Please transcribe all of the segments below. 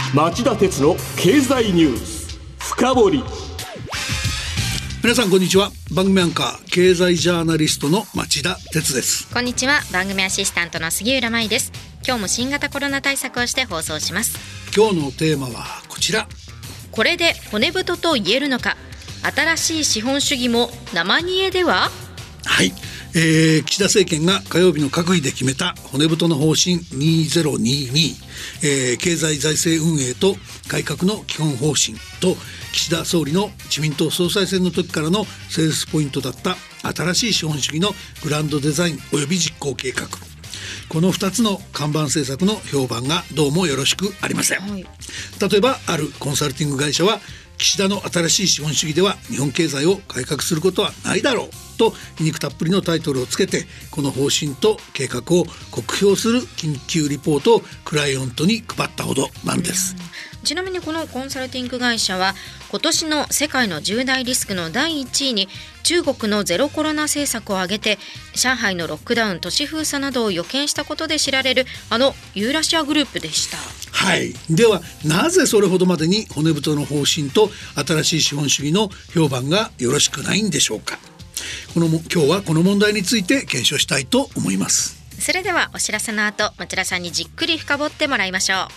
町田鉄の経済ニュース深掘り。 皆さんこんにちは。番組アンカー経済ジャーナリストの町田鉄です。 こんにちは。番組アシスタントの杉浦舞です。今日も新型コロナ対策をして放送します。 今日のテーマはこちら。 これで骨太と言えるのか、新しい資本主義も生煮えでは。 はい、岸田政権が火曜日の閣議で決めた骨太の方針2022、経済財政運営と改革の基本方針と岸田総理の自民党総裁選の時からのセールスポイントだった新しい資本主義のグランドデザイン及び実行計画、この2つの看板政策の評判がどうもよろしくありません、例えばあるコンサルティング会社は、岸田の新しい資本主義では日本経済を改革することはないだろうと皮肉たっぷりのタイトルをつけて、この方針と計画を酷評する緊急リポートをクライアントに配ったほどなんです。 ちなみにこのコンサルティング会社は、今年の世界の10大リスクの第1位に中国のゼロコロナ政策を挙げて、上海のロックダウン、都市封鎖などを予見したことで知られるあのユーラシアグループでした。 はい、ではなぜそれほどまでに骨太の方針と新しい資本主義の評判がよろしくないんでしょうか。今日はこの問題について検証したいと思います。 それではお知らせの後、町田さんにじっくり深掘ってもらいましょ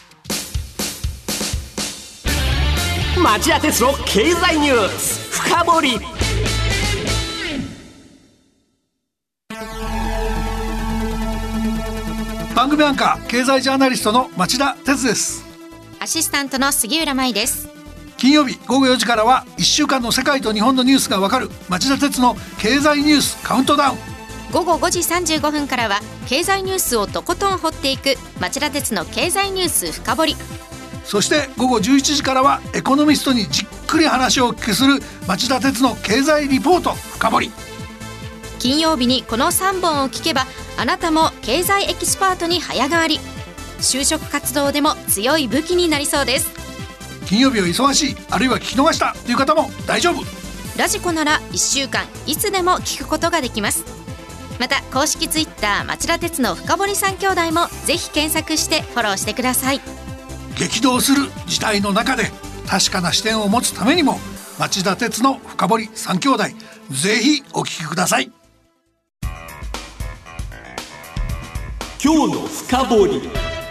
う。町田鉄の経済ニュース深掘り。 番組アンカー経済ジャーナリストの町田鉄です。 アシスタントの杉浦舞です。 金曜日午後4時からは1週間の世界と日本のニュースがわかる町田鉄の経済ニュースカウントダウン。 午後5時35分からは経済ニュースをとことん掘っていく町田鉄の経済ニュース深掘り。 そして午後11時からはエコノミストにじっくり話をお聞きする町田鉄の経済リポート深掘り。 金曜日にこの3本を聞けば、あなたも経済エキスパートに早変わり。就職活動でも強い武器になりそうです。 金曜日は忙しい、あるいは聞き逃したという方も大丈夫。 ラジコなら1週間いつでも聞くことができます。また公式ツイッター町田鉄の深堀3兄弟もぜひ検索してフォローしてください。 激動する時代の中で確かな視点を持つためにも、町田鉄の深堀3兄弟、ぜひお聞きください。 今日の深掘り。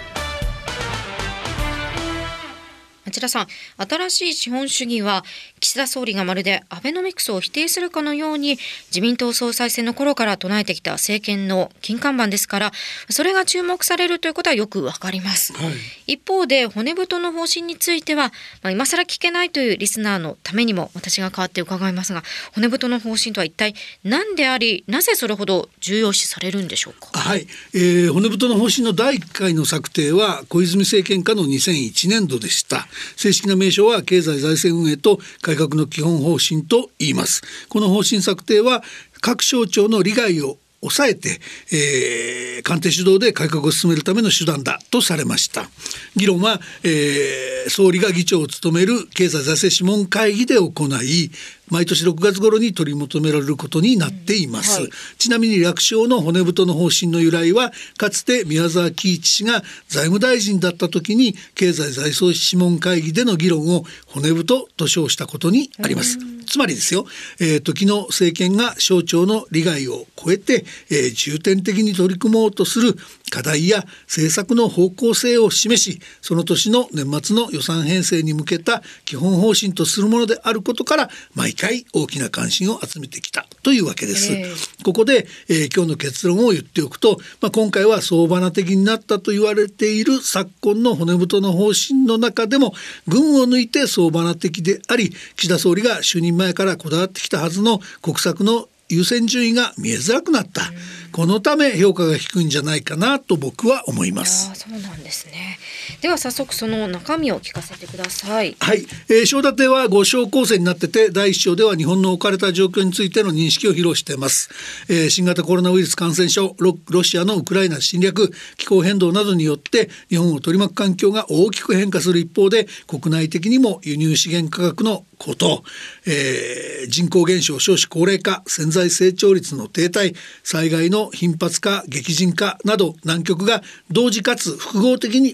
町田さん、新しい資本主義は岸田総理がまるでアベノミクスを否定するかのように自民党総裁選の頃から唱えてきた政権の金看板ですから、それが注目されるということはよくわかります、一方で骨太の方針については、今更聞けないというリスナーのためにも私が代わって伺いますが、骨太の方針とは一体何であり、なぜそれほど重要視されるんでしょうか。 はい、骨太の方針の第1回の策定は小泉政権下の2001年度でした。正式な名称は経済財政運営と改革の基本方針と言います。この方針策定は各省庁の利害を抑えて、官邸主導で改革を進めるための手段だとされました。議論は、総理が議長を務める経済財政諮問会議で行い、毎年6月頃に取り求められることになっています、ちなみに略称の骨太の方針の由来は、かつて宮沢喜一氏が財務大臣だった時に経済財政諮問会議での議論を骨太と称したことにあります。つまりですよ、時の政権が省庁の利害を超えて、重点的に取り組もうとする課題や政策の方向性を示し、その年の年末の予算編成に向けた基本方針とするものであることから、毎回大きな関心を集めてきたというわけです、ここで、今日の結論を言っておくと、今回は相場な的になったと言われている昨今の骨太の方針の中でも、群を抜いて相場な的であり、岸田総理が就任前からこだわってきたはずの国策の優先順位が見えづらくなった、このため評価が低いんじゃないかなと僕は思います。 そうなんですね。では早速その中身を聞かせてください。 はい、章立ては5章構成になってて、第1章では日本の置かれた状況についての認識を披露しています。新型コロナウイルス感染症、ロシアのウクライナ侵略、気候変動などによって日本を取り巻く環境が大きく変化する一方で、国内的にも輸入資源価格のこと、人口減少、少子高齢化、潜在成長率の停滞、災害の頻発化、激甚化など難局が同時かつ複合的に押し寄せ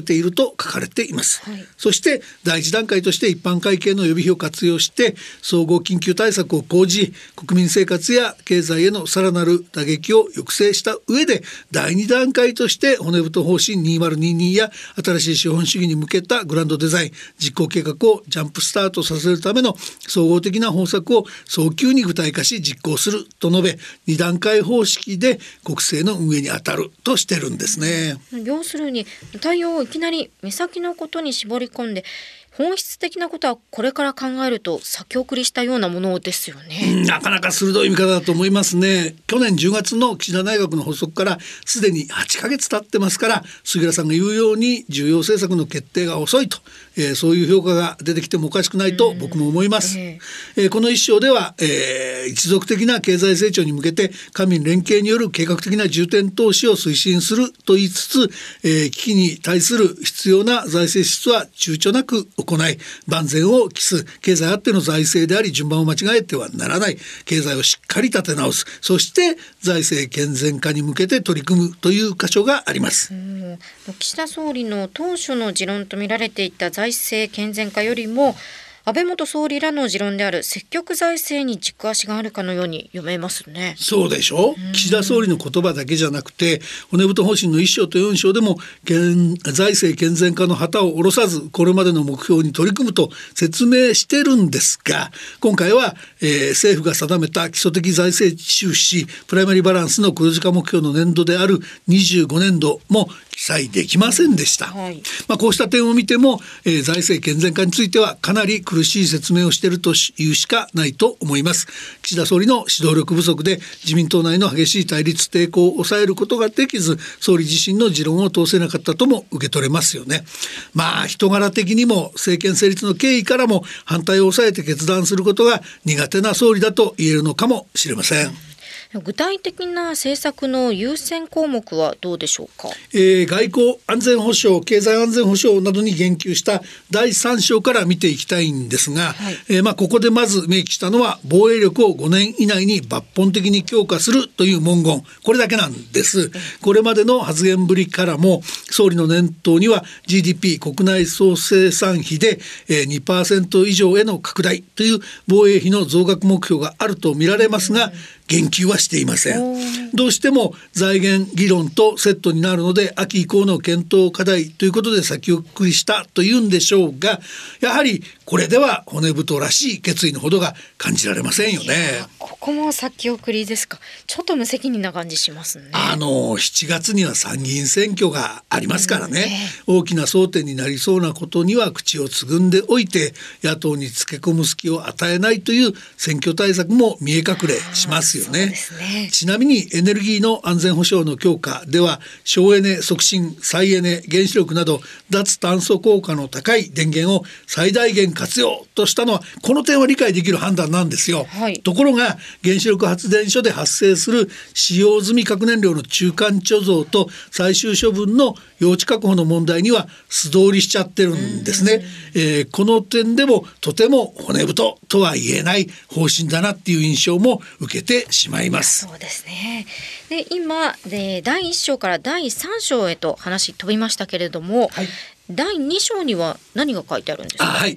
せていると書かれています、 はい、 そして第一段階として一般会計の予備費を活用して総合緊急対策を講じ、国民生活や経済へのさらなる打撃を抑制した上で、第2段階として骨太方針2022や新しい資本主義に向けたグランドデザイン実行計画をジャンプスタートさせるための総合的な方策を早急に具体化し実行すると述べ、2段階方式で国政の運営に当たるとしてるんですね。 要するに対応をいきなり目先のことに絞り込んで、本質的なことはこれから考えると先送りしたようなものですよね。 なかなか鋭い見方だと思いますね。去年10月の岸田内閣の発足からすでに8ヶ月経ってますから、杉浦さんが言うように重要政策の決定が遅いと、そういう評価が出てきてもおかしくないと僕も思います、この一章では、一族的な経済成長に向けて官民連携による計画的な重点投資を推進すると言いつつ、危機に対する必要な財政支出は躊躇なく行い、万全を期す経済あっての財政であり、順番を間違えてはならない、経済をしっかり立て直す、そして財政健全化に向けて取り組むという箇所があります。 岸田総理の当初の持論と見られていた財政健全化よりも、安倍元総理らの持論である積極財政に軸足があるかのように読めますね。 そうでしょう。岸田総理の言葉だけじゃなくて、骨太方針の1章と4章でも財政健全化の旗を下ろさずこれまでの目標に取り組むと説明してるんですが、今回は、政府が定めた基礎的財政収支プライマリーバランスの黒字化目標の年度である25年度も記載できませんでした、こうした点を見ても、財政健全化についてはかなり苦しい説明をしているというしかないと思います。岸田総理の指導力不足で自民党内の激しい対立抵抗を抑えることができず、総理自身の持論を通せなかったとも受け取れますよね。人柄的にも政権成立の経緯からも反対を抑えて決断することが苦手な総理だと言えるのかもしれません。 具体的な政策の優先項目はどうでしょうか。 外交安全保障経済安全保障などに言及した第3章から見ていきたいんですが、ここでまず明記したのは防衛力を5年以内に抜本的に強化するという文言、これだけなんです。これまでの発言ぶりからも総理の念頭には GDP 国内総生産比で 2% 以上への拡大という防衛費の増額目標があると見られますが、言及はしていません。どうしても財源議論とセットになるので秋以降の検討課題ということで先送りしたというんでしょうが、やはりこれでは骨太らしい決意のほどが感じられませんよね。 ここも先送りですか。ちょっと無責任な感じしますね。 7月には参議院選挙がありますからね、大きな争点になりそうなことには口をつぐんでおいて野党につけ込む隙を与えないという選挙対策も見え隠れしますよね。ちなみにエネルギーの安全保障の強化では省エネ促進、再エネ、原子力など脱炭素効果の高い電源を最大限活用としたのはこの点は理解できる判断なんですよ、ところが原子力発電所で発生する使用済み核燃料の中間貯蔵と最終処分の用地確保の問題には素通りしちゃってるんですね。この点でもとても骨太とは言えない方針だなっていう印象も受けてしまいます。 そうですね。で今第1章から第3章へと話飛びましたけれども、第2章には何が書いてあるんですか。 第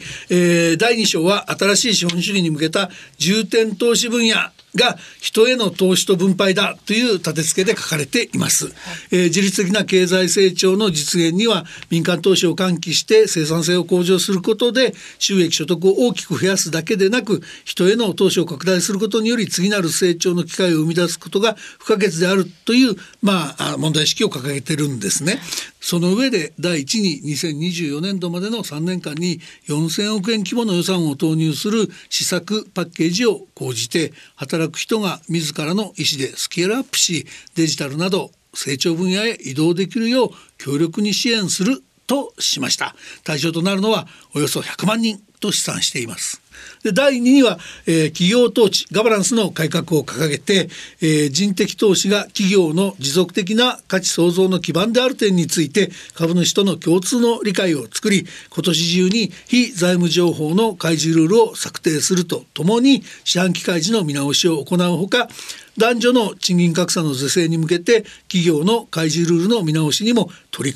2章は新しい資本主義に向けた重点投資分野が人への投資と分配だという立て付けで書かれています、自律的な経済成長の実現には民間投資を喚起して生産性を向上することで収益所得を大きく増やすだけでなく、人への投資を拡大することにより次なる成長の機会を生み出すことが不可欠であるという、問題意識を掲げてるんですね。その上で第1に2024年度までの3年間に4000億円規模の予算を投入する施策パッケージを講じて、働く人が自らの意思でスケールアップし、デジタルなど成長分野へ移動できるよう強力に支援するとしました。対象となるのはおよそ100万人と試算しています。で第2には、企業統治ガバナンスの改革を掲げて、人的投資が企業の持続的な価値創造の基盤である点について株主との共通の理解を作り、今年中に非財務情報の開示ルールを策定するとともに四半期開示の見直しを行うほか、男女の賃金格差の是正に向けて企業の開示ルールの見直しにも取り組む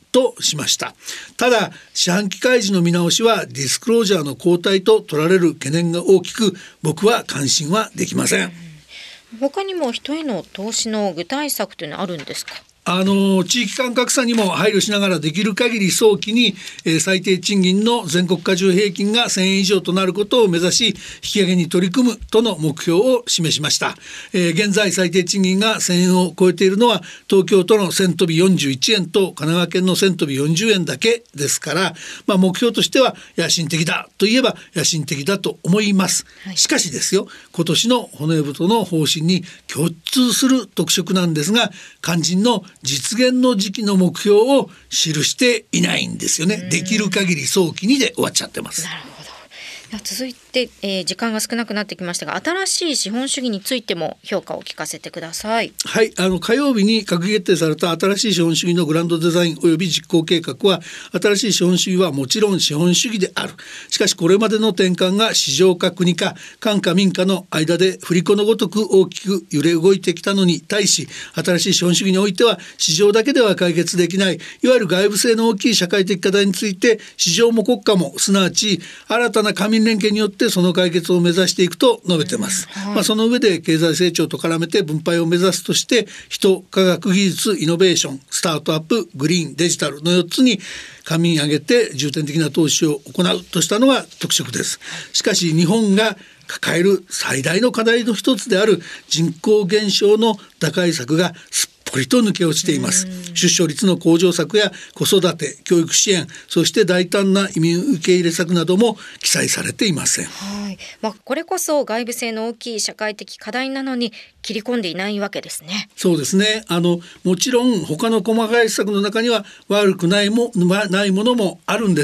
としました。ただ四半期開示の見直しはディスクロージャーの後退と取られる懸念が大きく、僕は関心はできません。 他にも人への投資の具体策というのはあるんですか？ 地域間格差にも配慮しながらできる限り早期に、最低賃金の全国加重平均が1000円以上となることを目指し引き上げに取り組むとの目標を示しました。現在最低賃金が1000円を超えているのは東京都の1000飛び41円と神奈川県の1000飛び40円だけですから、目標としては野心的だといえば野心的だと思います。しかしですよ、今年の骨太の方針に共通する特色なんですが、肝心の実現の時期の目標を記していないんですよね。できる限り早期にで終わっちゃってます。 なるほど。続いて、時間が少なくなってきましたが、新しい資本主義についても評価を聞かせてください。 はい、火曜日に閣議決定された新しい資本主義のグランドデザイン及び実行計画は、新しい資本主義はもちろん資本主義である。しかしこれまでの転換が市場か国か官か民かの間で振り子のごとく大きく揺れ動いてきたのに対し、新しい資本主義においては市場だけでは解決できない、いわゆる外部性の大きい社会的課題について市場も国家も、すなわち新たな官民連携によってその解決を目指していくと述べてます。その上で経済成長と絡めて分配を目指すとして、人、科学技術、イノベーション、スタートアップ、グリーン、デジタルの4つに官民挙げて重点的な投資を行うとしたのが特色です。しかし日本が抱える最大の課題の一つである人口減少の打開策がすっぽりと抜け落ちています。出生率の向上策や子育て、教育支援、そして大胆な移民受け入れ策なども記載されていません。 はい、これこそ外部性の大きい社会的課題なのに切り込んでいないわけですね。 そうですね。もちろん他の細かい施策の中には悪くないものもあるんです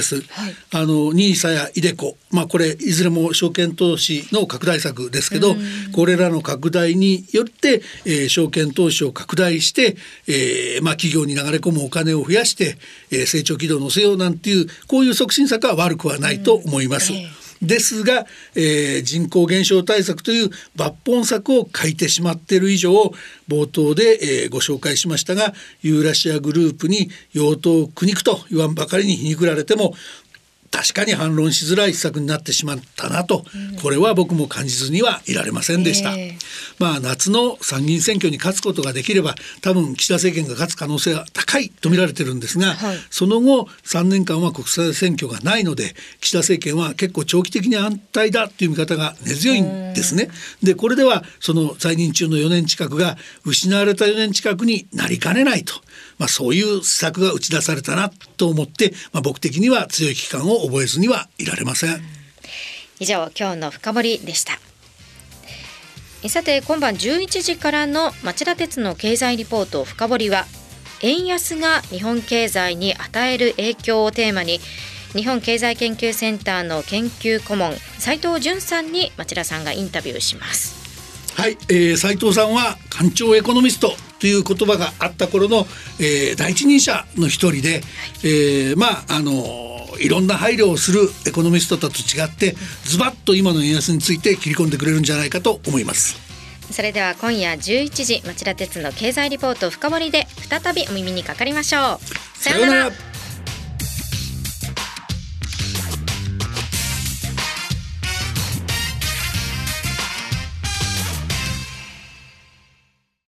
。NISA やiDeCo、これいずれも証券投資の拡大策ですけど、これらの拡大によって、証券投資を拡大して、企業に流れ込むお金を増やして、成長軌道を乗せようなんていう、こういう促進策は悪くはないと思います。ですが、人口減少対策という抜本策を欠いてしまっている以上、冒頭で、ご紹介しましたが、ユーラシアグループに養豚苦肉と言わんばかりに皮肉られても確かに反論しづらい施策になってしまったなと、これは僕も感じずにはいられませんでした。夏の参議院選挙に勝つことができれば多分岸田政権が勝つ可能性は高いと見られてるんですが、その後3年間は国際選挙がないので、岸田政権は結構長期的に安泰だという見方が根強いんですね。でこれではその在任中の4年近くが失われた4年近くになりかねないと、そういう施策が打ち出されたなと思って、僕的には強い危機感を覚えずにはいられません。 以上、今日の深掘りでした。さて、今晩11時からの町田鉄の経済リポート深掘りは、円安が日本経済に与える影響をテーマに、日本経済研究センターの研究顧問斉藤淳さんに町田さんがインタビューします。 はい、斉藤さんは官庁エコノミストという言葉があった頃の、第一人者の一人で、いろんな配慮をするエコノミストと違ってズバッと今の円安について切り込んでくれるんじゃないかと思います。 それでは今夜11時、町田鉄の経済リポート深掘りで再びお耳にかかりましょう。さようなら。